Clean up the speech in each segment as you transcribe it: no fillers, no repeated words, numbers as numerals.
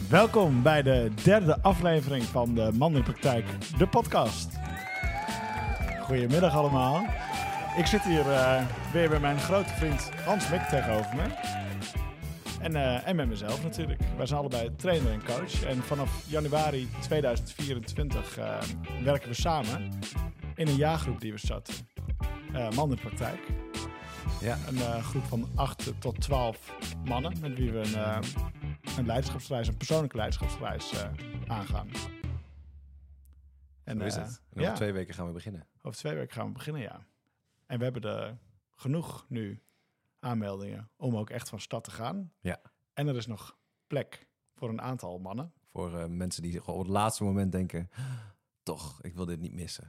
Welkom bij de derde aflevering van de Man in Praktijk, de podcast. Goedemiddag allemaal. Ik zit hier weer bij mijn grote vriend Hans Mik tegenover me. En met mezelf natuurlijk. Wij zijn allebei trainer en coach. En vanaf januari 2024 werken we samen in een jaargroep die we starten. Man in Praktijk. Ja. Een groep van 8 tot 12 mannen met wie we een leiderschapsreis, een persoonlijke leiderschapsreis aangaan. En, Hoe is het? En ja. over 2 weken gaan we beginnen. Over 2 weken gaan we beginnen, ja. En we hebben er genoeg nu aanmeldingen om ook echt van start te gaan. Ja. En er is nog plek voor een aantal mannen. Voor mensen die gewoon op het laatste moment denken, toch, ik wil dit niet missen.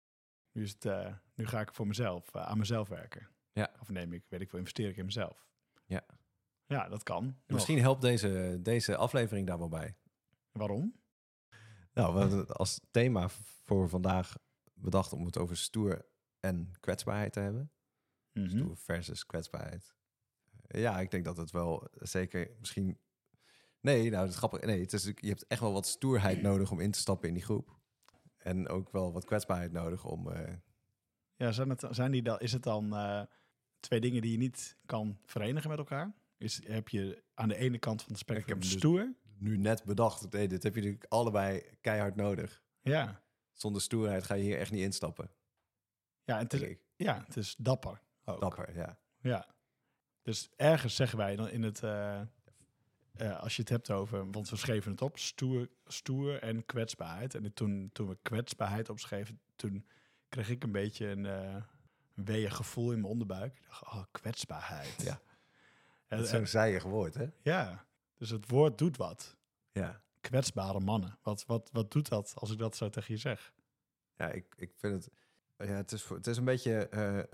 Nu ga ik voor mezelf, aan mezelf werken. Ja. Of investeer ik in mezelf. Ja. Ja, dat kan. En misschien helpt deze aflevering daar wel bij. Waarom? Nou, we hadden als thema voor vandaag bedacht om het over stoer en kwetsbaarheid te hebben. Mm-hmm. Stoer versus kwetsbaarheid. Ja, ik denk dat het wel zeker misschien... Nee, nou, het is grappig. Nee, het is, je hebt echt wel wat stoerheid nodig om in te stappen in die groep. En ook wel wat kwetsbaarheid nodig om... Ja, is het dan twee dingen die je niet kan verenigen met elkaar? Heb je aan de ene kant van het spectrum stoer? Nu net bedacht, nee, dit heb je natuurlijk allebei keihard nodig. Ja. Zonder stoerheid ga je hier echt niet instappen. Ja, het is dapper ook. Dapper, ja. Ja. Dus ergens zeggen wij dan in het... als je het hebt over... Want we schreven het op. Stoer en kwetsbaarheid. En toen we kwetsbaarheid opschreven... Toen kreeg ik een beetje een weeëg gevoel in mijn onderbuik. Ik dacht, kwetsbaarheid. Ja. Dat is zo'n zijig woord, hè? Ja. Dus het woord doet wat. Ja. Kwetsbare mannen. Wat doet dat als ik dat zo tegen je zeg? Ja, ik vind het... Ja, het is een beetje...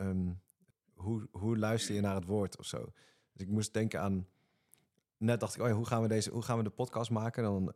hoe luister je naar het woord of zo? Dus ik moest denken aan... Net dacht ik, hoe gaan we de podcast maken? Dan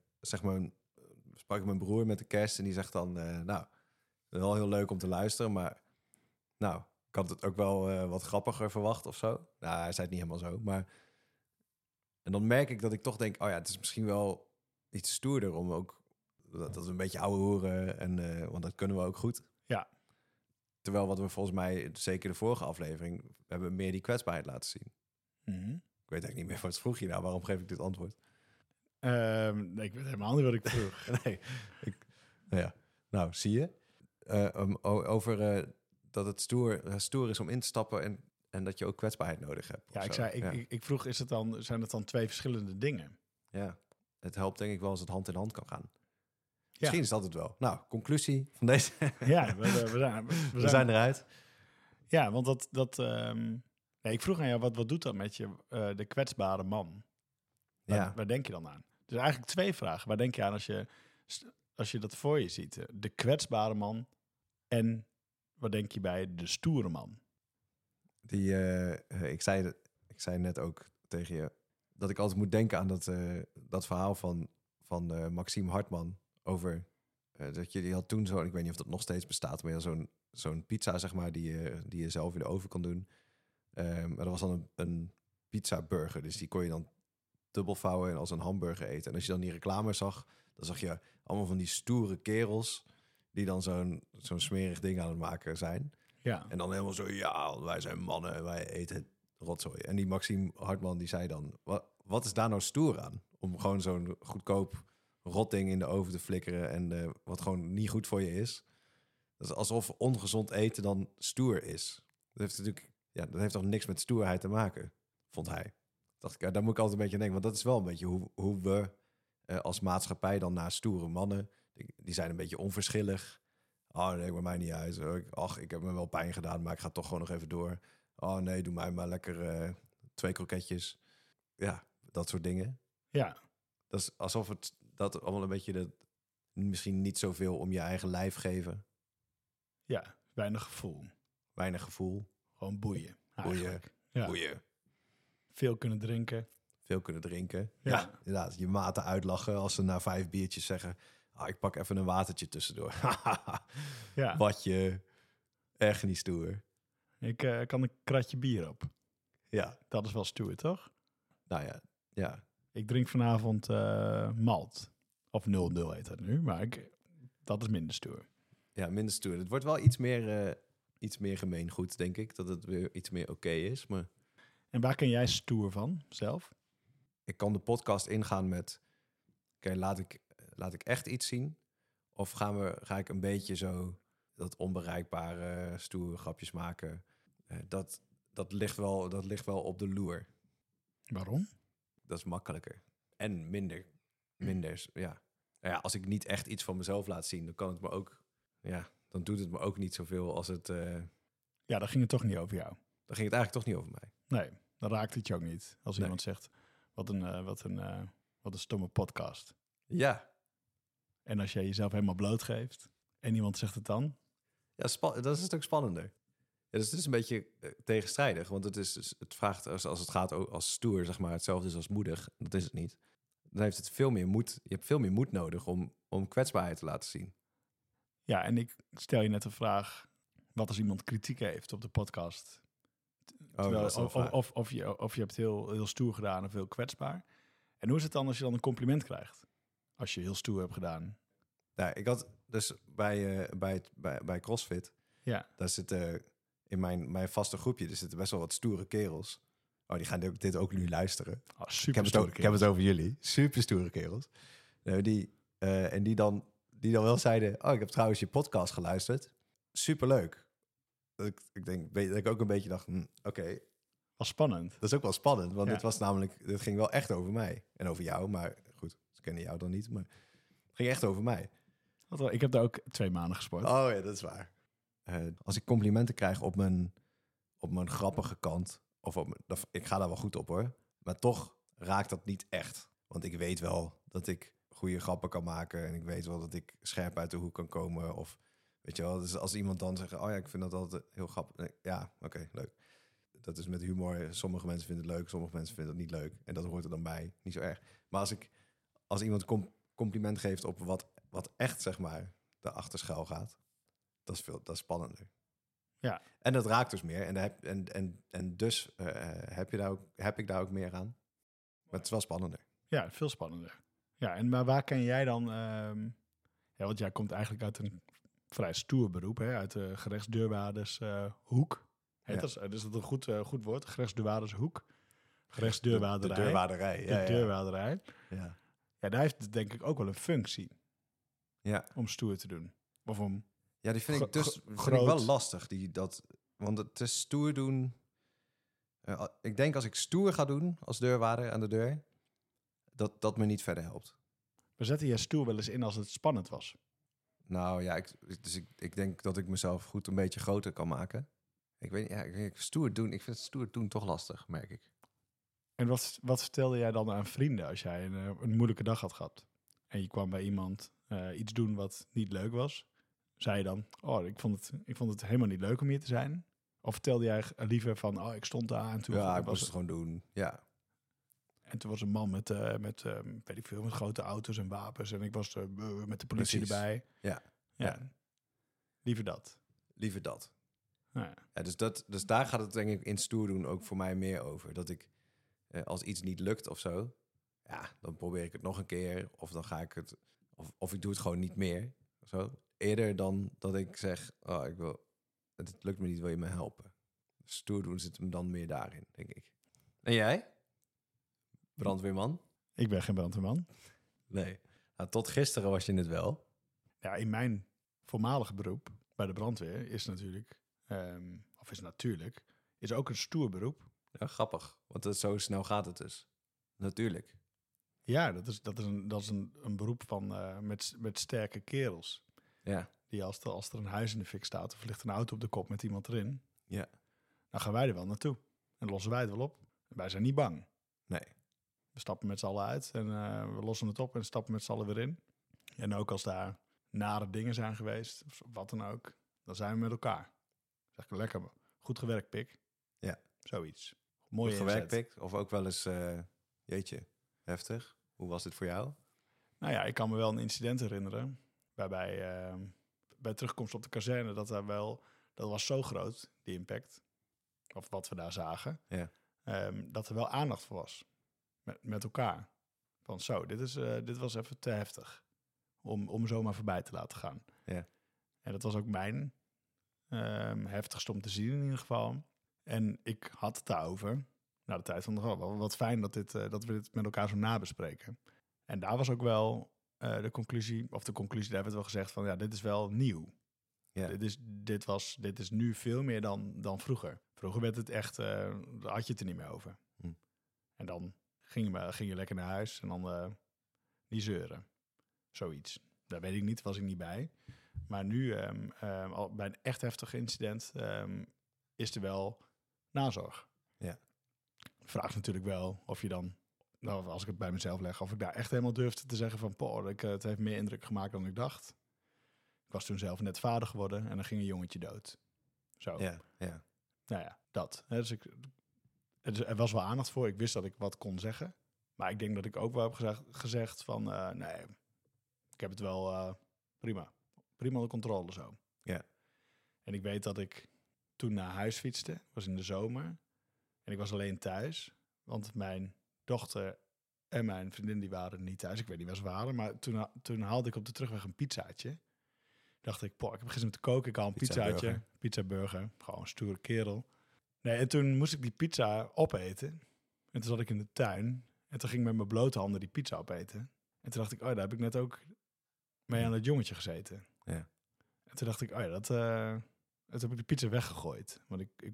sprak ik mijn broer met de kerst en die zegt dan... wel heel leuk om te luisteren, maar... Nou, ik had het ook wel wat grappiger verwacht of zo. Nou, hij zei het niet helemaal zo, maar... En dan merk ik dat ik toch denk... het is misschien wel iets stoerder om ook... Dat we een beetje ouwe horen, want dat kunnen we ook goed. Ja. Terwijl wat we volgens mij, zeker de vorige aflevering... We hebben meer die kwetsbaarheid laten zien. Mm-hmm. Ik weet eigenlijk niet meer, wat vroeg je nou? Waarom geef ik dit antwoord? Nee, ik weet helemaal niet wat ik vroeg. Nee. Nou, zie je? Over dat het stoer is om in te stappen... En dat je ook kwetsbaarheid nodig hebt. Ja, ik vroeg, zijn het dan 2 verschillende dingen? Ja, het helpt denk ik wel als het hand in hand kan gaan. Ja. Misschien is dat het wel. Nou, conclusie van deze. Ja, we zijn eruit. Ja, want ik vroeg aan jou, wat doet dat met je, de kwetsbare man? Waar denk je dan aan? Dus eigenlijk 2 vragen. Waar denk je aan als je dat voor je ziet? De kwetsbare man en wat denk je bij de stoere man? Ik zei net ook tegen je dat ik altijd moet denken aan dat verhaal van Maxime Hartman over dat je die had toen zo, ik weet niet of dat nog steeds bestaat, maar je had zo'n pizza zeg maar die je zelf in de oven kan doen. Maar dat was dan een pizza burger, dus die kon je dan dubbel vouwen en als een hamburger eten. En als je dan die reclame zag, dan zag je allemaal van die stoere kerels die dan zo'n smerig ding aan het maken zijn. Ja. En dan helemaal zo, ja, wij zijn mannen en wij eten rotzooi. En die Maxime Hartman die zei dan, wat is daar nou stoer aan? Om gewoon zo'n goedkoop rotding in de oven te flikkeren en wat gewoon niet goed voor je is. Dat is alsof ongezond eten dan stoer is. Dat heeft toch niks met stoerheid te maken, vond hij. Dacht ik, daar moet ik altijd een beetje aan denken. Want dat is wel een beetje hoe we als maatschappij dan naar stoere mannen... Die zijn een beetje onverschillig. Oh nee, maar mij niet uit. Ik heb me wel pijn gedaan, maar ik ga toch gewoon nog even door. Oh nee, doe mij maar lekker 2 kroketjes. Ja, dat soort dingen. Ja. Dat is alsof dat allemaal een beetje misschien niet zoveel om je eigen lijf geven. Ja, weinig gevoel. Weinig gevoel. Gewoon boeien. Boeien. Veel kunnen drinken. Ja, inderdaad. Je maten uitlachen als ze na 5 biertjes zeggen... ik pak even een watertje tussendoor. Ja. Wat je... Echt niet stoer. Ik kan een kratje bier op. Ja. Dat is wel stoer, toch? Nou ja. Ik drink vanavond malt. Of 0-0 heet dat nu, maar dat is minder stoer. Ja, minder stoer. Het wordt wel iets meer gemeengoed, denk ik. Dat het weer iets meer oké is. Maar En waar ken jij stoer van, zelf? ik kan de podcast ingaan met... Oké, laat ik echt iets zien? Of ga ik een beetje zo dat onbereikbare stoere grapjes maken? Dat ligt wel op de loer. Waarom? Dat is makkelijker. En minder, ja. Nou ja, als ik niet echt iets van mezelf laat zien, dan kan het me ook... Ja, dan doet het me ook niet zoveel als het... Ja, dan ging het toch niet over jou. Dan ging het eigenlijk toch niet over mij. Nee, dan raakt het je ook niet. Als iemand zegt, wat een stomme podcast. Ja. En als jij jezelf helemaal blootgeeft en iemand zegt het dan... Ja, dat is een stuk spannender. Ja, dus het is een beetje tegenstrijdig. Want het vraagt, als het gaat als stoer, zeg maar, hetzelfde is als moedig. Dat is het niet. Dan heeft het veel meer moed. Je hebt veel meer moed nodig om kwetsbaarheid te laten zien. Ja, en ik stel je net de vraag... Wat als iemand kritiek heeft op de podcast? Of je hebt heel stoer gedaan of heel kwetsbaar. En hoe is het dan als je dan een compliment krijgt? Als je heel stoer hebt gedaan. Ja, ik had dus bij CrossFit... Ja. Daar zitten in mijn vaste groepje... er zitten best wel wat stoere kerels. Oh, die gaan dit ook nu luisteren. Oh, super Ik heb het over jullie. Super stoere kerels. En die dan wel zeiden... Oh, ik heb trouwens je podcast geluisterd. Superleuk. Ik denk dat ik ook een beetje dacht... Oké. Was spannend. Dat is ook wel spannend. Want dit ging wel echt over mij. En over jou, maar goed. Ze kennen jou dan niet, maar... Het ging echt over mij. Ik heb daar ook 2 maanden gesport. Oh ja, dat is waar. Als ik complimenten krijg op mijn grappige kant... ik ga daar wel goed op, hoor. Maar toch raakt dat niet echt. Want ik weet wel dat ik goede grappen kan maken... en ik weet wel dat ik scherp uit de hoek kan komen... of weet je wel, dus als iemand dan zegt... oh ja, ik vind dat altijd heel grappig. Ja, oké, leuk. Dat is met humor. Sommige mensen vinden het leuk, sommige mensen vinden het niet leuk. En dat hoort er dan bij. Niet zo erg. Maar als iemand compliment geeft op wat echt, zeg maar, daarachter schuil gaat... dat is spannender. Ja. En dat raakt dus meer. En dus heb ik daar ook meer aan. Maar het is wel spannender. Ja, veel spannender. Ja, maar waar ken jij dan... Ja, want jij komt eigenlijk uit een vrij stoer beroep, hè? Uit de gerechtsdeurwaardershoek. Heet dat? Is dat een goed woord? Gerechtsdeurwaardershoek? Gerechtsdeurwaarderij. De deurwaarderij. De deurwaarderij. Ja. Ja, daar heeft het denk ik ook wel een functie. Ja. Om stoer te doen. Of om... Ja, die vind ik wel lastig. Want het is stoer doen... ik denk als ik stoer ga doen als deurwaarder aan de deur... dat me niet verder helpt. We zetten je stoer wel eens in als het spannend was. Nou ja, ik denk dat ik mezelf goed een beetje groter kan maken. Ik weet niet, stoer doen. Ik vind stoer doen toch lastig, merk ik. En wat vertelde jij dan aan vrienden als jij een moeilijke dag had gehad? En je kwam bij iemand iets doen wat niet leuk was. Zei je dan, ik vond het helemaal niet leuk om hier te zijn? Of vertelde jij liever van, ik stond daar en toen... Ja, ik moest het gewoon doen, ja. En toen was een man met weet ik veel, met grote auto's en wapens. En ik was met de politie erbij. Ja. Liever dat. Liever dat. Nou ja. Ja, dus daar gaat het denk ik in stoer doen ook voor mij meer over. Dat ik, als iets niet lukt of zo... Ja, dan probeer ik het nog een keer. Of dan ga ik het... Of ik doe het gewoon niet meer. Zo. Eerder dan dat ik zeg... het lukt me niet, wil je me helpen? Stoer doen zit hem dan meer daarin, denk ik. En jij? Brandweerman? Ik ben geen brandweerman. Nee. Nou, tot gisteren was je het wel. Ja, in mijn voormalige beroep bij de brandweer is natuurlijk... is ook een stoer beroep. Ja, grappig. Want zo snel gaat het dus. Natuurlijk. Ja, dat is een beroep van met sterke kerels. Ja. Die als er een huis in de fik staat of ligt een auto op de kop met iemand erin... Ja. Dan gaan wij er wel naartoe. En lossen wij het wel op. Wij zijn niet bang. Nee. We stappen met z'n allen uit en we lossen het op en stappen met z'n allen weer in. En ook als daar nare dingen zijn geweest, of wat dan ook, dan zijn we met elkaar. Zeg ik lekker, goed gewerkt, Pik. Ja. Zoiets. Mooi goed gewerkt, Pik. Of ook wel eens, jeetje, heftig. Hoe was dit voor jou? Nou ja, ik kan me wel een incident herinneren, waarbij bij terugkomst op de kazerne, dat was zo groot, die impact, of wat we daar zagen, ja. Dat er wel aandacht voor was. Met elkaar. Van zo, dit was even te heftig om zomaar voorbij te laten gaan. Ja. En dat was ook mijn heftigste om te zien in ieder geval. En ik had het daarover, na de tijd van, wat fijn dat we dit met elkaar zo nabespreken. En daar was ook wel de conclusie, daar hebben we het wel gezegd van, ja, dit is wel nieuw. Ja. Dit is nu veel meer dan vroeger. Vroeger werd het echt, daar had je het er niet meer over. En dan ging je lekker naar huis en dan niet zeuren. Zoiets. Dat weet ik niet, was ik niet bij. Maar nu, bij een echt heftig incident, is er wel nazorg. Ja. Vraagt natuurlijk wel of je dan, nou, als ik het bij mezelf leg, of ik daar echt helemaal durfde te zeggen van, het heeft meer indruk gemaakt dan ik dacht. Ik was toen zelf net vader geworden en dan ging een jongetje dood. Zo. Ja. Nou ja, dat. Dus er was wel aandacht voor. Ik wist dat ik wat kon zeggen. Maar ik denk dat ik ook wel heb gezegd van, nee, ik heb het wel prima onder controle zo. Ja. En ik weet dat ik toen naar huis fietste, was in de zomer. En ik was alleen thuis, want mijn dochter en mijn vriendin die waren niet thuis. Ik weet niet waar ze waren, maar toen haalde ik op de terugweg een pizzaatje. Dacht ik, ik heb geen zin om te koken, ik haal een pizzaatje. Pizzaburger, gewoon een stoere kerel. Nee, en toen moest ik die pizza opeten. En toen zat ik in de tuin. En toen ging ik met mijn blote handen die pizza opeten. En toen dacht ik, daar heb ik net ook mee aan het jongetje gezeten. Ja. En toen dacht ik, toen heb ik de pizza weggegooid. Want ik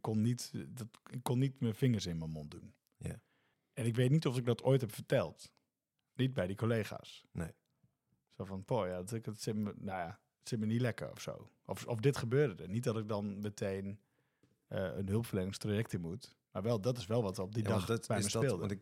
kon niet mijn vingers in mijn mond doen. Ja. En ik weet niet of ik dat ooit heb verteld. Niet bij die collega's. Nee. Zo van, het zit me niet lekker of zo. Of dit gebeurde er. Niet dat ik dan meteen een hulpverleningstraject in moet. Maar wel, dat is wel wat op die dag bij me speelde.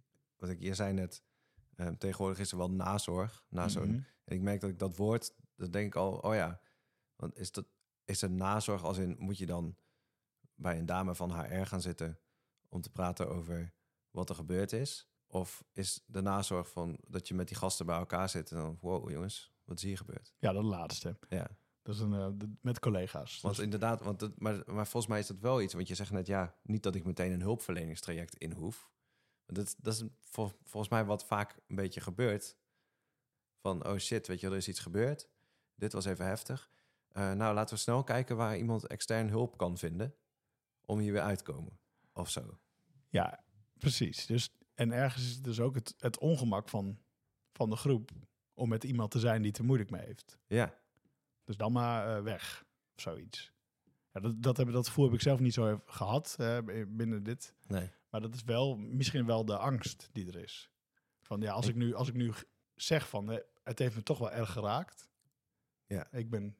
Je zei net, tegenwoordig is er wel nazorg. En ik merk dat ik dat woord, dat denk ik al, want is er nazorg als in, moet je dan bij een dame van HR gaan zitten om te praten over wat er gebeurd is? Of is de nazorg van dat je met die gasten bij elkaar zit en dan, wow jongens, wat is hier gebeurd? Ja, dat laatste. Ja. Dat is met collega's. Want inderdaad, maar volgens mij is dat wel iets, want je zegt net, niet dat ik meteen een hulpverleningstraject in hoef. Dat is volgens mij wat vaak een beetje gebeurt. Van, oh shit, weet je, er is iets gebeurd. Dit was even heftig. Nou, laten we snel kijken waar iemand extern hulp kan vinden om hier weer uit te komen. Of zo. Ja, precies. Dus, en ergens is het dus ook het ongemak van de groep om met iemand te zijn die het er moeilijk mee heeft. Ja. Dus dan maar weg, of zoiets. Ja, dat gevoel heb ik zelf niet zo gehad binnen dit. Nee. Maar dat is wel misschien wel de angst die er is. Van ja, als ik nu zeg van het heeft me toch wel erg geraakt. Ja. Ik ben,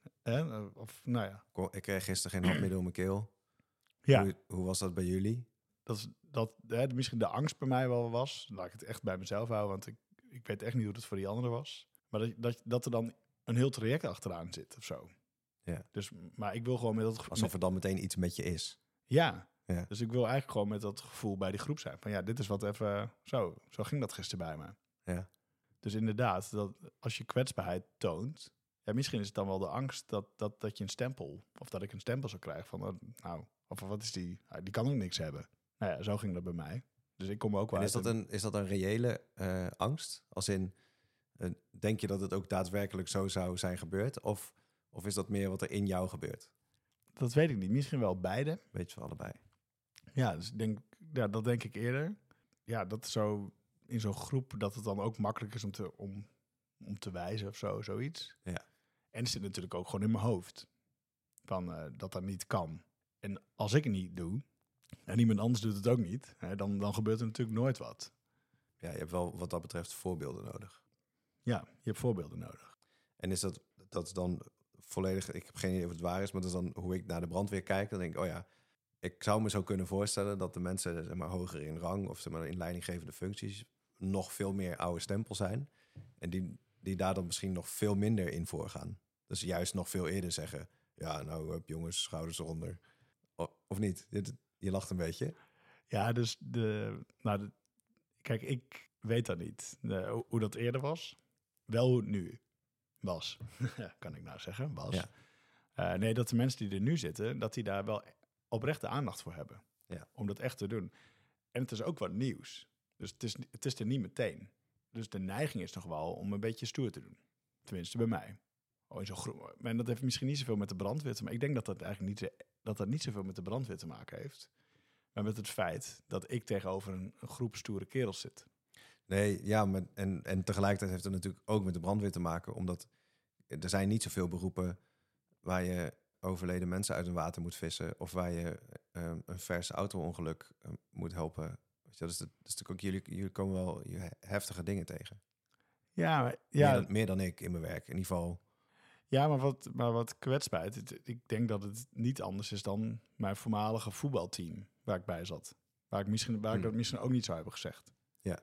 Ik kreeg gisteren geen hapmiddel in mijn keel. Ja. Hoe was dat bij jullie? Dat misschien de angst bij mij wel was. Laat ik het echt bij mezelf houden, want ik weet echt niet hoe het voor die anderen was. Maar dat er dan een heel traject achteraan zit of zo. Ja. Dus, maar ik wil gewoon met dat... Alsof er dan meteen iets met je is. Ja. Dus ik wil eigenlijk gewoon met dat gevoel bij die groep zijn. Van dit is wat even... Zo ging dat gisteren bij me. Ja. Dus inderdaad, dat als je kwetsbaarheid toont... Ja, misschien is het dan wel de angst dat je een stempel... Of dat ik een stempel zou krijgen van... of wat is die? Die kan ook niks hebben. Nou ja, zo ging dat bij mij. Dus ik kom ook wel is dat een reële angst? Als in, denk je dat het ook daadwerkelijk zo zou zijn gebeurd? Of is dat meer wat er in jou gebeurt? Dat weet ik niet. Misschien wel beide. Weet je van allebei. Ja, dus dat denk ik eerder. Ja, dat zo in zo'n groep dat het dan ook makkelijk is om te wijzen of zoiets. Ja. En het zit natuurlijk ook gewoon in mijn hoofd. Van dat niet kan. En als ik het niet doe, en iemand anders doet het ook niet, dan gebeurt er natuurlijk nooit wat. Ja, je hebt wel wat dat betreft voorbeelden nodig. Ja, je hebt voorbeelden nodig. En is dat is dan volledig, ik heb geen idee of het waar is, maar dat is dan hoe ik naar de brandweer kijk. Dan denk ik, ik zou me zo kunnen voorstellen dat de mensen zeg maar, hoger in rang of zeg maar, in leidinggevende functies nog veel meer oude stempel zijn. En die daar dan misschien nog veel minder in voorgaan. Dus juist nog veel eerder zeggen, jongens, schouders eronder. Of niet? Je lacht een beetje. Ja, dus kijk, ik weet dat niet. Hoe dat eerder was. Wel hoe het nu was. Kan ik nou zeggen, was. Ja. Nee, dat de mensen die er nu zitten, dat die daar wel oprechte aandacht voor hebben. Ja. Om dat echt te doen. En het is ook wat nieuws. Dus het is er niet meteen. Dus de neiging is nog wel om een beetje stoer te doen. Tenminste, bij mij. In zo'n groep. En dat heeft misschien niet zoveel met de brandweer te maken. Ik denk dat dat eigenlijk niet zoveel met de brandweer te maken heeft. Maar met het feit dat ik tegenover een groep stoere kerels zit. Nee, ja, maar en tegelijkertijd heeft het natuurlijk ook met de brandweer te maken. Omdat er zijn niet zoveel beroepen waar je overleden mensen uit een water moet vissen. Of waar je een vers auto-ongeluk moet helpen. Weet je, dus dat is natuurlijk ook, jullie komen wel heftige dingen tegen. Ja, Meer dan ik in mijn werk, in ieder geval. Ja, maar wat kwetsbaarheid. Ik denk dat het niet anders is dan mijn voormalige voetbalteam waar ik bij zat. Waar ik dat misschien ook niet zou hebben gezegd. Ja.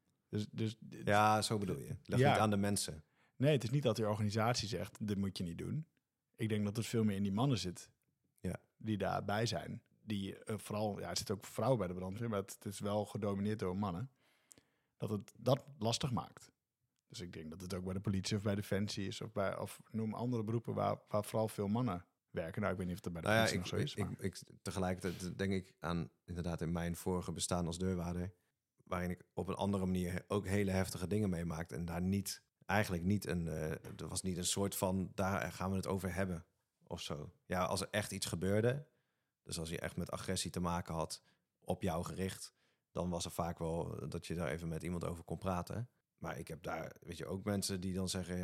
Dus Ja, zo bedoel je. Leg niet aan de mensen. Nee, het is niet dat die organisatie zegt, dit moet je niet doen. Ik denk dat het veel meer in die mannen zit. Ja. Die daarbij zijn. Die vooral, er zitten ook vrouwen bij de brandweer, maar het is wel gedomineerd door mannen. Dat het dat lastig maakt. Dus ik denk dat het ook bij de politie of bij Defensie is. Of noem andere beroepen waar vooral veel mannen werken. Nou, ik weet niet of dat bij de politie nog zo is. Tegelijkertijd denk ik aan inderdaad in mijn vorige bestaan als deurwaarder. Waarin ik op een andere manier ook hele heftige dingen meemaakte. En daar eigenlijk niet er was niet een soort van, daar gaan we het over hebben of zo. Ja, als er echt iets gebeurde, dus als je echt met agressie te maken had op jou gericht, dan was er vaak wel dat je daar even met iemand over kon praten. Maar ik heb daar, weet je, ook mensen die dan zeggen,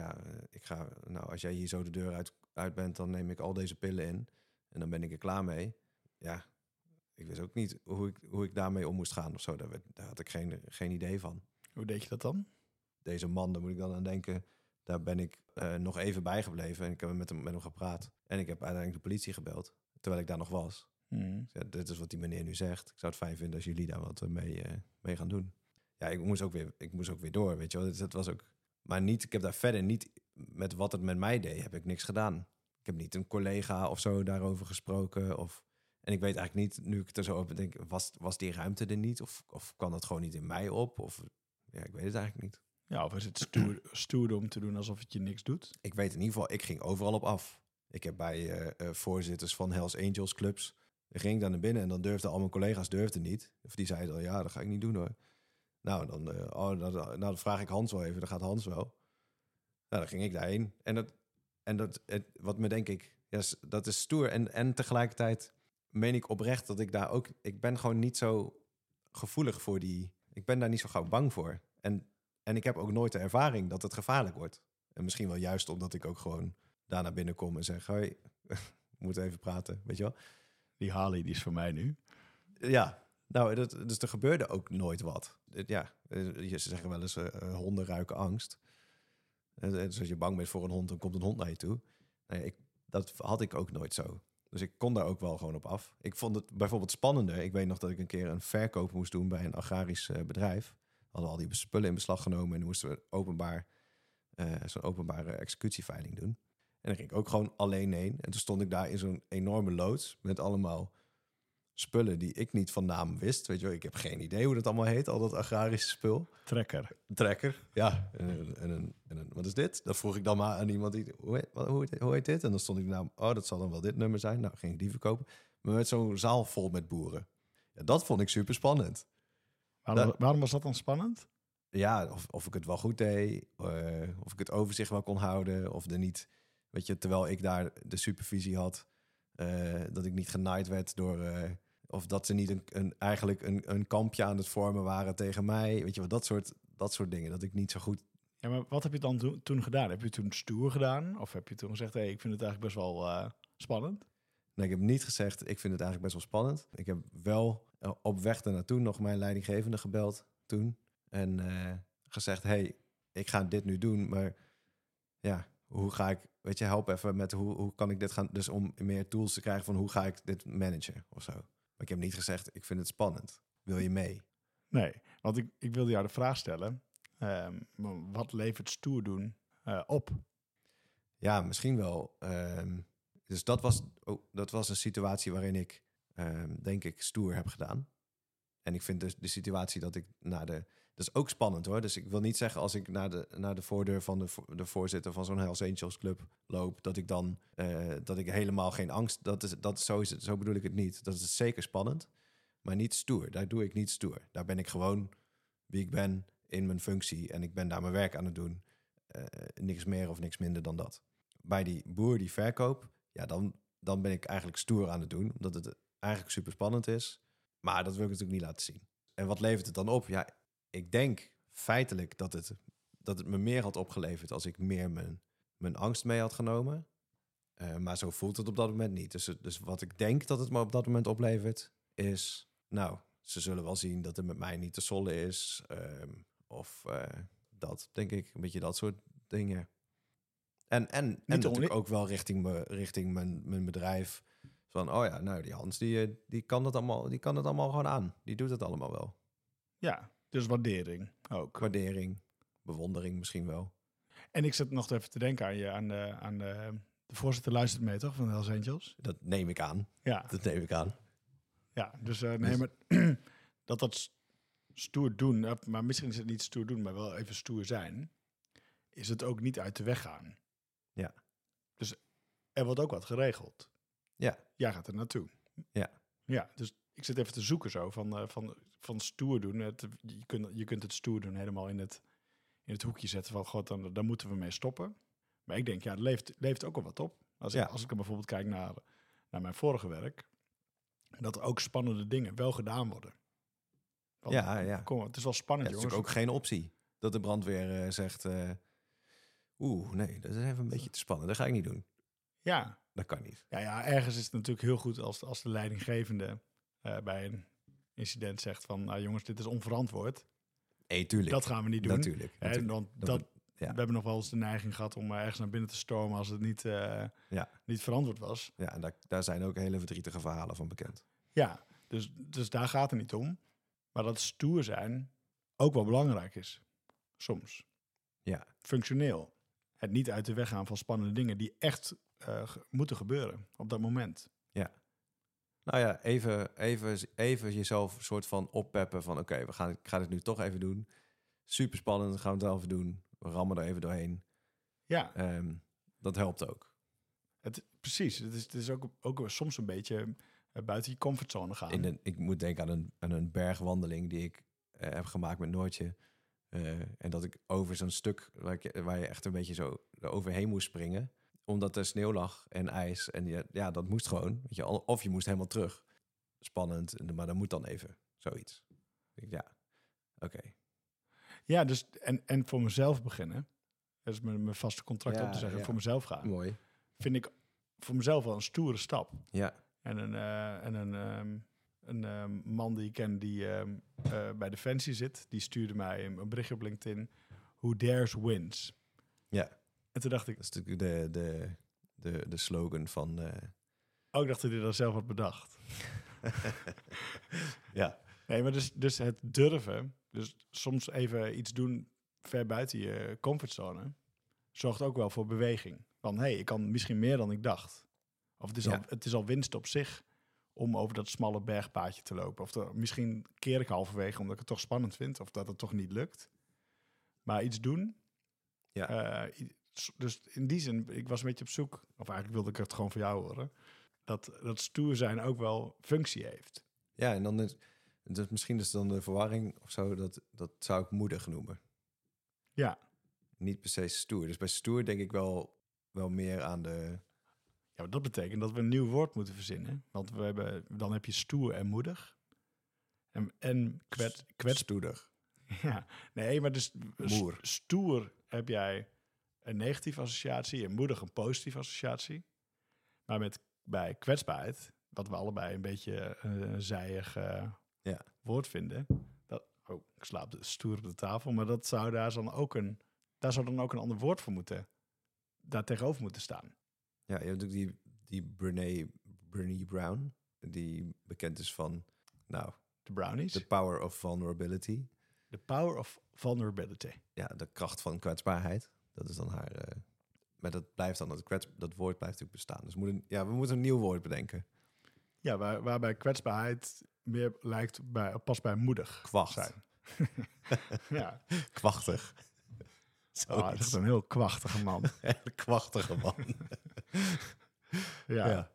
als jij hier zo de deur uit bent, dan neem ik al deze pillen in en dan ben ik er klaar mee. Ja, ik wist ook niet hoe ik daarmee om moest gaan of zo. Daar had ik geen idee van. Hoe deed je dat dan? Deze man, daar moet ik dan aan denken. Daar ben ik nog even bijgebleven en ik heb met hem gepraat. En ik heb uiteindelijk de politie gebeld, terwijl ik daar nog was. Dus ja, dit is wat die meneer nu zegt. Ik zou het fijn vinden als jullie daar wat mee gaan doen. Ja, ik moest ook weer door, weet je wel. Dat was ook, maar niet, ik heb daar verder niet, met wat het met mij deed, heb ik niks gedaan. Ik heb niet een collega of zo daarover gesproken. En ik weet eigenlijk niet, nu ik er zo over denk, was die ruimte er niet? Of kwam dat gewoon niet in mij op? Of ja, ik weet het eigenlijk niet. Ja, of is het stoer om te doen alsof het je niks doet? Ik weet in ieder geval, ik ging overal op af. Ik heb bij voorzitters van Hells Angels clubs, dan ging ik daar naar binnen en dan durfden al mijn collega's niet. Of die zeiden al, ja, dat ga ik niet doen hoor. Nou, dan vraag ik Hans wel even, dan gaat Hans wel. Nou, dan ging ik daarheen. Wat me denk ik, ja, dat is stoer. En tegelijkertijd meen ik oprecht dat ik daar ook, ik ben gewoon niet zo gevoelig voor ik ben daar niet zo gauw bang voor. En ik heb ook nooit de ervaring dat het gevaarlijk wordt. En misschien wel juist omdat ik ook gewoon daar naar binnen kom en zeg, hoi, we moeten even praten, weet je wel. Die Harley, die is voor mij nu. Ja, nou, dus er gebeurde ook nooit wat. Ze zeggen wel eens, honden ruiken angst. Dus als je bang bent voor een hond, dan komt een hond naar je toe. Dat had ik ook nooit zo. Dus ik kon daar ook wel gewoon op af. Ik vond het bijvoorbeeld spannender. Ik weet nog dat ik een keer een verkoop moest doen bij een agrarisch bedrijf. We hadden al die spullen in beslag genomen en dan moesten we zo'n openbare executieveiling doen. En dan ging ik ook gewoon alleen heen. En toen stond ik daar in zo'n enorme loods met allemaal spullen die ik niet van naam wist. Weet je wel, ik heb geen idee hoe dat allemaal heet, al dat agrarische spul. Trekker, ja. En wat is dit? Dat vroeg ik dan maar aan iemand. Hoe heet dit? En dan stond ik de naam, dat zal dan wel dit nummer zijn. Nou, ging ik die verkopen. Maar met zo'n zaal vol met boeren. Ja, dat vond ik super spannend. Waarom was dat dan spannend? Ja, of ik het wel goed deed. Of ik het overzicht wel kon houden. Of er niet, weet je, terwijl ik daar de supervisie had, dat ik niet genaaid werd door, of dat ze niet eigenlijk een kampje aan het vormen waren tegen mij. Weet je wel, dat soort dingen. Dat ik niet zo goed. Ja, maar wat heb je dan toen gedaan? Heb je toen stoer gedaan? Of heb je toen gezegd, ik vind het eigenlijk best wel spannend? Nee, ik heb niet gezegd, ik vind het eigenlijk best wel spannend. Ik heb wel op weg daarnaartoe nog mijn leidinggevende gebeld toen. En gezegd, ik ga dit nu doen, maar ja, hoe ga ik, weet je, help even met hoe kan ik dit gaan, dus om meer tools te krijgen van hoe ga ik dit managen of zo. Maar ik heb niet gezegd, ik vind het spannend. Wil je mee? Nee, want ik wilde jou de vraag stellen, wat levert stoer doen op? Ja, misschien wel. Dus dat was een situatie waarin ik, denk ik, stoer heb gedaan. En ik vind dus de situatie dat ik dat is ook spannend hoor. Dus ik wil niet zeggen als ik naar de voordeur van de voorzitter van zo'n Hells Angels club loop, dat ik dan dat ik helemaal geen angst. Zo bedoel ik het niet. Dat is zeker spannend, maar niet stoer. Daar doe ik niet stoer. Daar ben ik gewoon wie ik ben in mijn functie en ik ben daar mijn werk aan het doen. Niks meer of niks minder dan dat. Bij die boer die verkoopt, ja, dan ben ik eigenlijk stoer aan het doen, omdat het eigenlijk super spannend is. Maar dat wil ik natuurlijk niet laten zien. En wat levert het dan op? Ja, ik denk feitelijk dat het me meer had opgeleverd als ik meer mijn angst mee had genomen. Maar zo voelt het op dat moment niet. Dus wat ik denk dat het me op dat moment oplevert, is... Nou, ze zullen wel zien dat het met mij niet te sollen is. Dat, denk ik. Een beetje dat soort dingen. En natuurlijk ook wel richting mijn bedrijf. Van, oh ja, nou, die Hans, die kan het allemaal gewoon aan. Die doet het allemaal wel. Ja, dus waardering ook. Waardering, bewondering misschien wel. En ik zit nog even te denken aan de voorzitter luistert mee, toch, van Hells Angels? Dat neem ik aan. Ja. Dat neem ik aan. Ja, dus nee, maar dat stoer doen, maar misschien is het niet stoer doen, maar wel even stoer zijn, is het ook niet uit de weg gaan. Ja. Dus er wordt ook wat geregeld. Ja. Jij gaat er naartoe. Ja. Ja, dus ik zit even te zoeken zo van stoer doen. Je kunt het stoer doen helemaal in het hoekje zetten van, god, dan moeten we mee stoppen. Maar ik denk, ja, het levert ook al wat op. Als ik dan bijvoorbeeld kijk naar mijn vorige werk, dat er ook spannende dingen wel gedaan worden. Want, Ja. Kom, het is wel spannend, Het is jongens. natuurlijk ook geen optie dat de brandweer zegt... nee, dat is even een beetje te spannend. Dat ga ik niet doen. Ja. Dat kan niet. Ja, ergens is het natuurlijk heel goed als de leidinggevende bij een incident zegt van, nou jongens, dit is onverantwoord. Tuurlijk. Dat gaan we niet doen. Natuurlijk. Want we hebben nog wel eens de neiging gehad om ergens naar binnen te stormen als het niet verantwoord was. Ja, en daar zijn ook hele verdrietige verhalen van bekend. Ja, dus daar gaat het niet om. Maar dat stoer zijn ook wel belangrijk is. Soms. Ja. Functioneel. Het niet uit de weg gaan van spannende dingen die echt moeten gebeuren op dat moment. Ja. Nou ja, even jezelf een soort van oppeppen van... Oké, ik ga dit nu toch even doen. Super spannend, dan gaan we het wel even doen. We rammen er even doorheen. Ja. Dat helpt ook. Precies. Het is ook soms een beetje buiten je comfortzone gaan. Ik moet denken aan een bergwandeling die ik heb gemaakt met Noortje. En dat ik over zo'n stuk waar je echt een beetje zo overheen moest springen... Omdat er sneeuw lag en ijs. En ja, dat moest gewoon. Weet je, of je moest helemaal terug. Spannend, maar dat moet dan even. Zoiets. Ja, oké. Ja, dus en voor mezelf beginnen. Dat is mijn vaste contract op te zeggen. Ja. Voor mezelf gaan. Mooi. Vind ik voor mezelf wel een stoere stap. Ja. En een man die ik ken die bij Defensie zit. Die stuurde mij een berichtje op LinkedIn. Who dares wins. Ja. En toen dacht ik... Dat is natuurlijk de slogan van... ik dacht dat hij dat zelf had bedacht. Ja. Nee, maar dus het durven, dus soms even iets doen ver buiten je comfortzone, zorgt ook wel voor beweging. Van, ik kan misschien meer dan ik dacht. Of het is al winst op zich om over dat smalle bergpaadje te lopen. Of misschien keer ik halverwege omdat ik het toch spannend vind, of dat het toch niet lukt. Maar iets doen... Ja. Dus in die zin, ik was een beetje op zoek, of eigenlijk wilde ik het gewoon van jou horen, dat stoer zijn ook wel functie heeft. Ja, en dan dus misschien is dan de verwarring of zo, dat zou ik moedig noemen. Ja. Niet per se stoer. Dus bij stoer denk ik wel meer aan de... Ja, maar dat betekent dat we een nieuw woord moeten verzinnen. Want dan heb je stoer en moedig. En Stoerder. Ja, nee, maar dus Moer. Stoer heb jij een negatieve associatie en moedig een positieve associatie. Maar bij kwetsbaarheid, wat we allebei een beetje een zijig woord vinden. Ik slaap de stoer op de tafel, maar dat zou daar dan ook een ander woord voor moeten, daar tegenover moeten staan. Ja, je hebt ook die Brené Brown, die bekend is van, de Brownies. The Power of Vulnerability. The Power of Vulnerability. Ja, de kracht van kwetsbaarheid. Dat is dan haar... maar dat blijft dan, dat woord blijft natuurlijk bestaan. Dus we moeten een nieuw woord bedenken. Ja, waarbij kwetsbaarheid meer lijkt pas bij moedig Kwacht. zijn. Ja. Kwachtig. Dat is een heel kwachtige man. Een kwachtige man. Ja.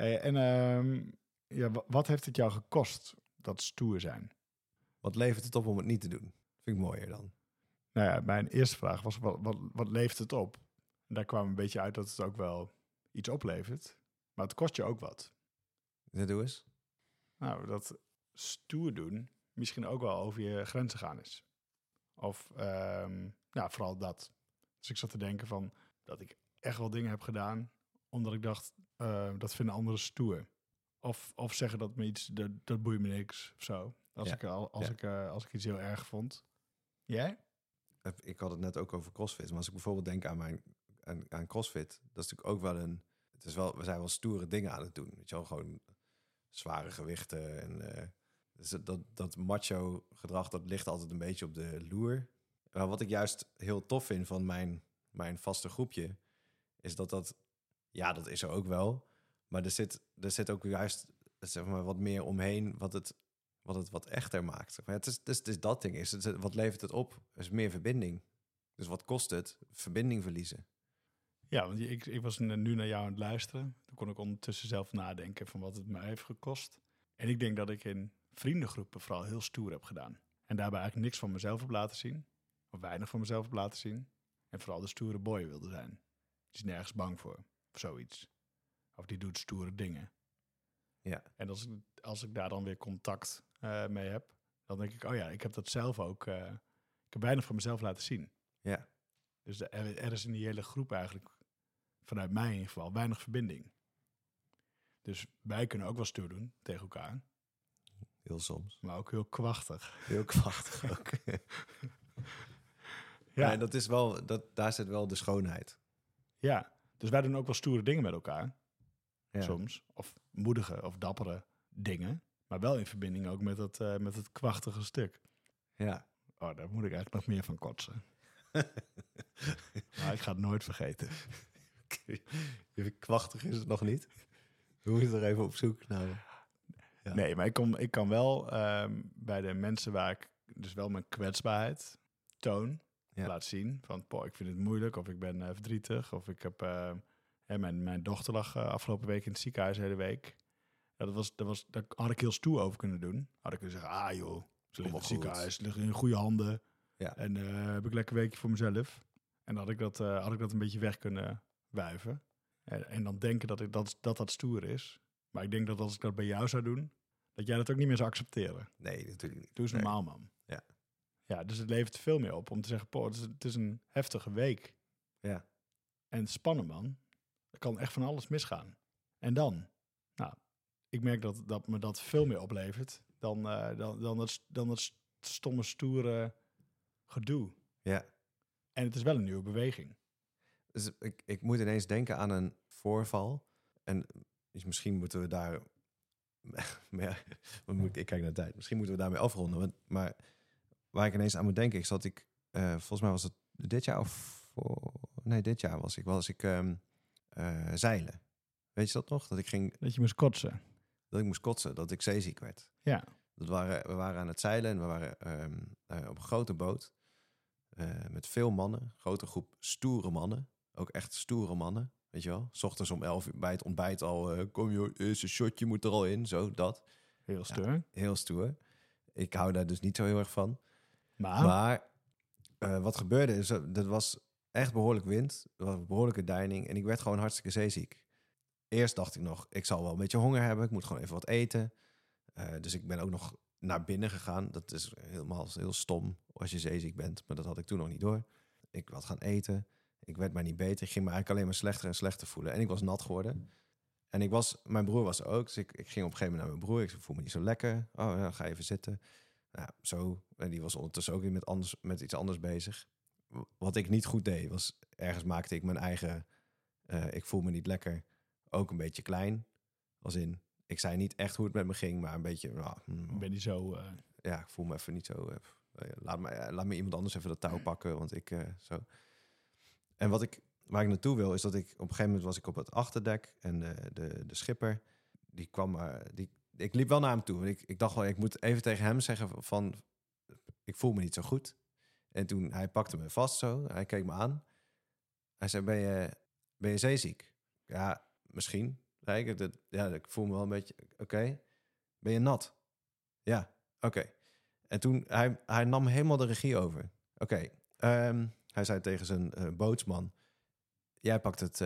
Wat heeft het jou gekost, dat stoer zijn? Wat levert het op om het niet te doen? Vind ik mooier dan. Nou ja, mijn eerste vraag was, wat levert het op? En daar kwam een beetje uit dat het ook wel iets oplevert. Maar het kost je ook wat. Dat doe eens. Nou, dat stoer doen misschien ook wel over je grenzen gaan is. Of vooral dat. Dus ik zat te denken van dat ik echt wel dingen heb gedaan omdat ik dacht, dat vinden anderen stoer. Of zeggen dat me iets, dat boeit me niks of zo. Als ik iets heel erg vond. Jij? Ik had het net ook over CrossFit. Maar als ik bijvoorbeeld denk aan CrossFit, dat is natuurlijk ook wel we zijn wel stoere dingen aan het doen. Weet je wel, gewoon zware gewichten en dus dat macho gedrag, dat ligt altijd een beetje op de loer. Maar wat ik juist heel tof vind van mijn vaste groepje, is dat is er ook wel. Maar er zit ook juist, zeg maar, wat meer omheen wat het wat echter maakt. Zeg maar. Het is dat ding. Wat levert het op? Er is meer verbinding. Dus wat kost het? Verbinding verliezen. Ja, want ik was nu naar jou aan het luisteren. Toen kon ik ondertussen zelf nadenken van wat het mij heeft gekost. En ik denk dat ik in vriendengroepen vooral heel stoer heb gedaan. En daarbij eigenlijk niks van mezelf heb laten zien. Of weinig van mezelf heb laten zien. En vooral de stoere boy wilde zijn. Die is nergens bang voor. Of zoiets. Of die doet stoere dingen. Ja. En als ik daar dan weer contact mee heb, dan denk ik, oh ja, ik heb dat zelf ook. Ik heb weinig van mezelf laten zien. Ja. Dus er is in die hele groep eigenlijk, vanuit mij in ieder geval, weinig verbinding. Dus wij kunnen ook wel stoer doen tegen elkaar. Heel soms. Maar ook heel kwachtig. Heel kwachtig ook. Ja. En dat is daar zit wel de schoonheid. Ja, dus wij doen ook wel stoere dingen met elkaar. Ja. Soms. Of moedige of dappere dingen. Maar wel in verbinding ook met het kwachtige stuk. Ja. Oh, daar moet ik eigenlijk nog meer van kotsen. Maar ik ga het nooit vergeten. Kwachtig is het nog niet. We moeten er even op zoek naar. Ja. Nee, maar ik kan wel bij de mensen waar ik dus wel mijn kwetsbaarheid toon, laat zien. Van, ik vind het moeilijk, of ik ben verdrietig, of ik heb... mijn dochter lag afgelopen week in het ziekenhuis de hele week. Ja, daar had ik heel stoer over kunnen doen. Had ik kunnen zeggen, joh, ze ligt in het ziekenhuis, ze ligt in goede handen. Ja. En heb ik lekker een weekje voor mezelf. En dan had ik dat een beetje weg kunnen wuiven. En dan denken dat stoer is. Maar ik denk dat als ik dat bij jou zou doen, dat jij dat ook niet meer zou accepteren. Nee, natuurlijk niet. Doe eens normaal, man. Ja. Ja, dus het levert veel meer op om te zeggen, het is een heftige week. Ja. En spannen, man. Er kan echt van alles misgaan. En dan? Nou, ik merk dat me dat veel meer oplevert dan dat stomme, stoere gedoe. Ja. En het is wel een nieuwe beweging. Dus ik moet ineens denken aan een voorval. En misschien moeten we daar... ik kijk naar de tijd. Misschien moeten we daarmee afronden. Maar waar ik ineens aan moet denken... volgens mij was het dit jaar of... dit jaar was ik zeilen. Weet je dat nog? Dat je moest kotsen. Dat ik moest kotsen, dat ik zeeziek werd. Ja. We waren aan het zeilen en we waren op een grote boot. Met veel mannen. Grote groep stoere mannen. Ook echt stoere mannen. Weet je wel? 's Ochtends om 11 uur bij het ontbijt al... kom joh, eerste shotje moet er al in. Zo, dat. Heel stoer. Ja, heel stoer. Ik hou daar dus niet zo heel erg van. Maar wat gebeurde is... dat was echt behoorlijk wind. Er was een behoorlijke deining. En ik werd gewoon hartstikke zeeziek. Eerst dacht ik nog... ik zal wel een beetje honger hebben. Ik moet gewoon even wat eten. Dus ik ben ook nog naar binnen gegaan. Dat is helemaal heel stom als je zeeziek bent. Maar dat had ik toen nog niet door. Ik had gaan eten. Ik werd maar niet beter. Ik ging me eigenlijk alleen maar slechter en slechter voelen. En ik was nat geworden. En mijn broer was er ook. Dus ik ging op een gegeven moment naar mijn broer. Ik voel me niet zo lekker. Oh ja, ga even zitten. Nou, zo. En die was ondertussen ook weer met iets anders bezig. Wat ik niet goed deed, was ergens maakte ik mijn eigen... ik voel me niet lekker. Ook een beetje klein. Als in, ik zei niet echt hoe het met me ging, maar een beetje... ik ben niet zo... Ja, ik voel me even niet zo... laat me iemand anders even dat touw pakken, want ik... zo. En waar ik naartoe wil, is dat ik... Op een gegeven moment was ik op het achterdek en de schipper, die kwam... ik liep wel naar hem toe. Ik dacht wel, ik moet even tegen hem zeggen van... Ik voel me niet zo goed. En toen, hij pakte me vast zo. Hij keek me aan. Hij zei, ben je zeeziek? Ja, misschien. Ik voel me wel een beetje... Oké. Ben je nat? Ja, oké. En toen, hij nam helemaal de regie over. Oké, Hij zei tegen zijn bootsman... Jij pakt het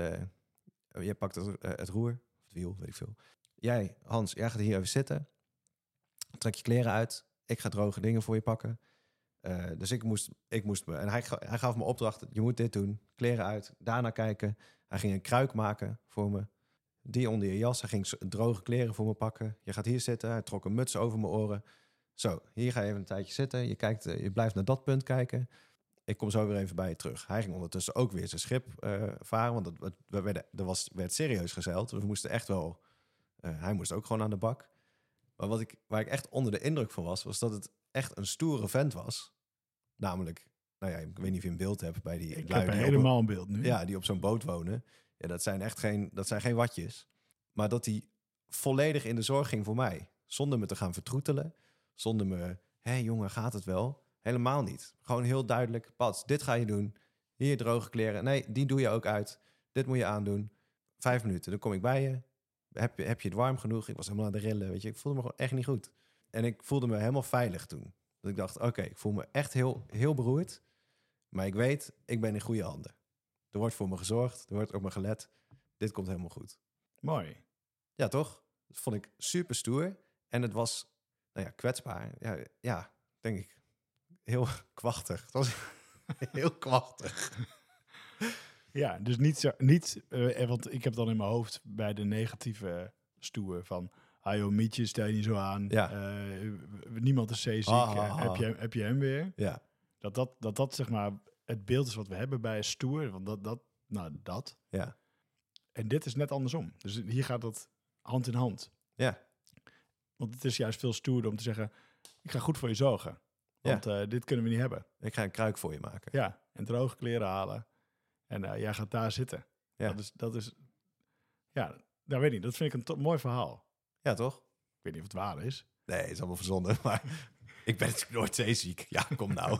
roer, of het wiel, weet ik veel. Jij, Hans, jij gaat hier even zitten. Trek je kleren uit. Ik ga droge dingen voor je pakken. Dus ik moest me... En hij gaf me opdracht, je moet dit doen. Kleren uit, daarna kijken. Hij ging een kruik maken voor me. Die onder je jas. Hij ging droge kleren voor me pakken. Je gaat hier zitten. Hij trok een muts over mijn oren. Zo, hier ga je even een tijdje zitten. Je blijft naar dat punt kijken. Ik kom zo weer even bij je terug. Hij ging ondertussen ook weer zijn schip varen. Want werd serieus gezeild. We moesten echt wel... hij moest ook gewoon aan de bak. Maar waar ik echt onder de indruk van was dat het echt een stoere vent was. Namelijk, nou ja, ik weet niet of je een beeld hebt bij die... Ik heb helemaal een beeld nu. Ja, die op zo'n boot wonen. Ja, dat zijn geen watjes. Maar dat hij volledig in de zorg ging voor mij. Zonder me te gaan vertroetelen. Zonder me, jongen, gaat het wel? Helemaal niet. Gewoon heel duidelijk, Pats, dit ga je doen. Hier droge kleren. Nee, die doe je ook uit. Dit moet je aandoen. 5 minuten, dan kom ik bij je. Heb je het warm genoeg? Ik was helemaal aan de rillen, weet je. Ik voelde me gewoon echt niet goed. En ik voelde me helemaal veilig toen. Dat ik dacht, oké, ik voel me echt heel, heel beroerd. Maar ik weet, ik ben in goede handen. Er wordt voor me gezorgd. Er wordt op me gelet. Dit komt helemaal goed. Mooi. Ja, toch? Dat vond ik super stoer. En het was, kwetsbaar. Ja, denk ik. Heel kwachtig. Het was heel kwachtig. Ja, dus want ik heb dan in mijn hoofd bij de negatieve stoer van... joh, Mietje, stel je niet zo aan. Ja. Niemand is zeeziek. Heb je hem weer? Ja. Dat zeg maar het beeld is wat we hebben bij stoer. Want dat. Ja. En dit is net andersom. Dus hier gaat het hand in hand. Ja. Want het is juist veel stoerder om te zeggen... ik ga goed voor je zorgen. Want dit kunnen we niet hebben. Ik ga een kruik voor je maken. Ja, en droge kleren halen. En jij gaat daar zitten. Ja. Dat is... Ja, nou weet ik niet. Dat vind ik een mooi verhaal. Ja, toch? Ik weet niet of het waar is. Nee, het is allemaal verzonnen. Maar ik ben natuurlijk nooit zeeziek. Ja, kom nou.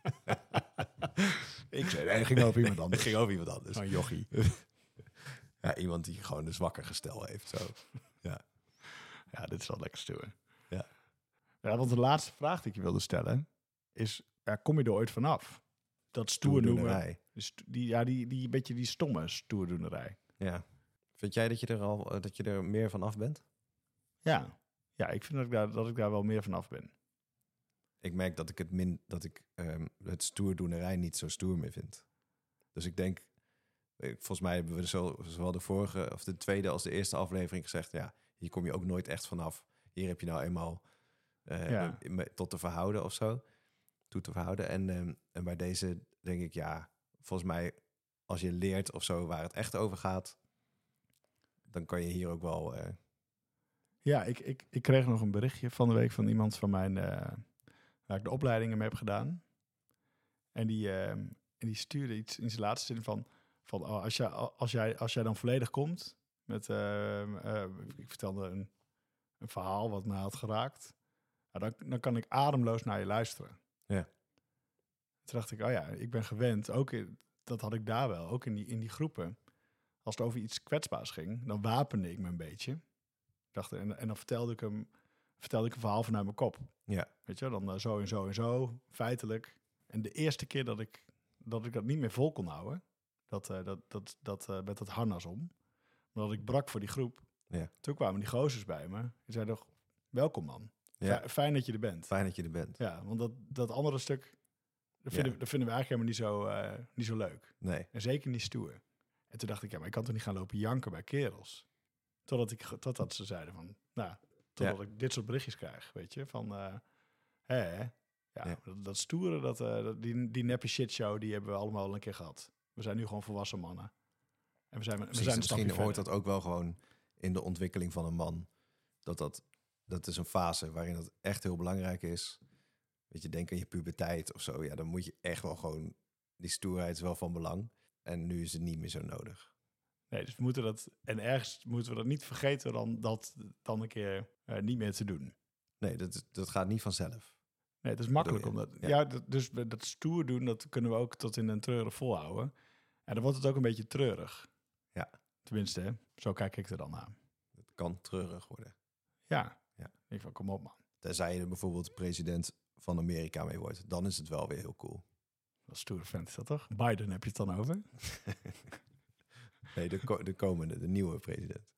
Ik zei, het ging over iemand anders. Het ging over iemand anders. Een jochie. Ja, iemand die gewoon een zwakker gestel heeft. Zo. Ja, dit is wel lekker stoer. Ja, want de laatste vraag die ik je wilde stellen is... kom je er ooit vanaf? Dat stoer noemen. Die beetje die stomme stoerdoenerij. Ja. Vind jij dat je er meer van af bent? Ja, ik vind dat ik daar wel meer van af ben. Ik merk dat ik het stoerdoenerij niet zo stoer meer vind. Dus ik denk, volgens mij hebben we zowel de vorige of de tweede als de eerste aflevering gezegd, ja, hier kom je ook nooit echt vanaf. Hier heb je nou eenmaal tot te verhouden of zo. Toe te verhouden. En bij deze denk ik, ja, volgens mij, als je leert of zo waar het echt over gaat, dan kan je hier ook wel... Ja, ik kreeg nog een berichtje van de week van iemand van mijn... waar ik de opleidingen mee heb gedaan. En die stuurde iets in zijn laatste zin van als jij dan volledig komt met... ik vertelde een verhaal wat mij had geraakt. Dan kan ik ademloos naar je luisteren. Ja. Toen dacht ik, ik ben gewend. Dat had ik daar wel, ook in die groepen. Als het over iets kwetsbaars ging, dan wapende ik me een beetje. En dan vertelde ik een verhaal vanuit mijn kop. Ja. Weet je, dan zo en zo en zo, feitelijk. En de eerste keer dat ik dat niet meer vol kon houden, met dat harnas om, maar dat ik brak voor die groep. Ja. Toen kwamen die gozers bij me. Die zeiden toch, welkom man. Ja. Fijn dat je er bent. Fijn dat je er bent. Ja, want dat andere stuk, dat vinden we eigenlijk helemaal niet zo leuk. Nee. En zeker niet stoer. En toen dacht ik, maar ik kan toch niet gaan lopen janken bij kerels. Totdat ze zeiden van, totdat ik dit soort berichtjes krijg, weet je. Van, dat stoere, die neppe shitshow, die hebben we allemaal al een keer gehad. We zijn nu gewoon volwassen mannen. En we zijn misschien hoort dat ook wel gewoon in de ontwikkeling van een man. Dat is een fase waarin dat echt heel belangrijk is. Weet je, denk aan je puberteit of zo. Ja, dan moet je echt wel gewoon... Die stoerheid is wel van belang. En nu is het niet meer zo nodig. Nee, dus we moeten dat... En ergens moeten we dat niet vergeten dan een keer niet meer te doen. Nee, dat gaat niet vanzelf. Nee, het is makkelijk om dat... Ja, dus dat stoer doen, dat kunnen we ook tot in een treuren volhouden. En dan wordt het ook een beetje treurig. Ja. Tenminste, hè? Zo kijk ik er dan aan. Het kan treurig worden. Ja. Ik van, kom op man. Tenzij je er bijvoorbeeld president van Amerika mee wordt. Dan is het wel weer heel cool. Wat een stoere vent is dat toch? Biden heb je het dan over? Nee, de nieuwe president.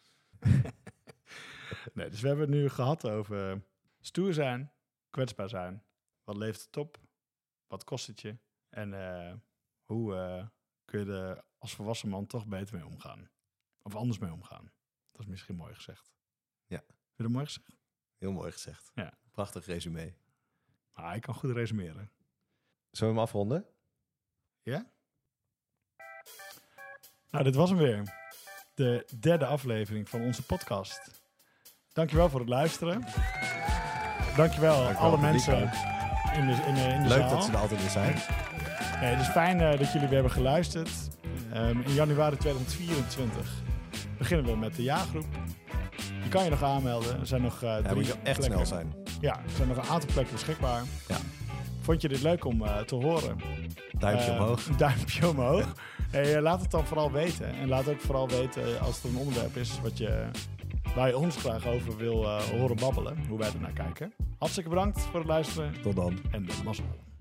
Nee, dus we hebben het nu gehad over stoer zijn, kwetsbaar zijn. Wat levert het op? Wat kost het je? En hoe kun je er als volwassen man toch beter mee omgaan? Of anders mee omgaan? Dat is misschien mooi gezegd. Ja. Vind je dat mooi gezegd? Heel mooi gezegd. Ja. Prachtig resume. Ik kan goed resumeren. Zullen we hem afronden? Ja? Nou, dit was hem weer. De 3e aflevering van onze podcast. Dankjewel voor het luisteren. Dankjewel alle mensen in de Leuk zaal. dat ze er altijd weer zijn. Nee, het is fijn dat jullie weer hebben geluisterd. In januari 2024 beginnen we met de jaargroep. Je kan je nog aanmelden. Er zijn nog 3 moet je echt plekken. snel zijn. Ja, er zijn nog een aantal plekken beschikbaar. Ja. Vond je dit leuk om te horen? Duimpje omhoog. Een duimpje omhoog. Hey, laat het dan vooral weten. En laat ook vooral weten als er een onderwerp is waar je ons graag over wil horen babbelen. Hoe wij ernaar kijken. Hartstikke bedankt voor het luisteren. Tot dan. En mazzel.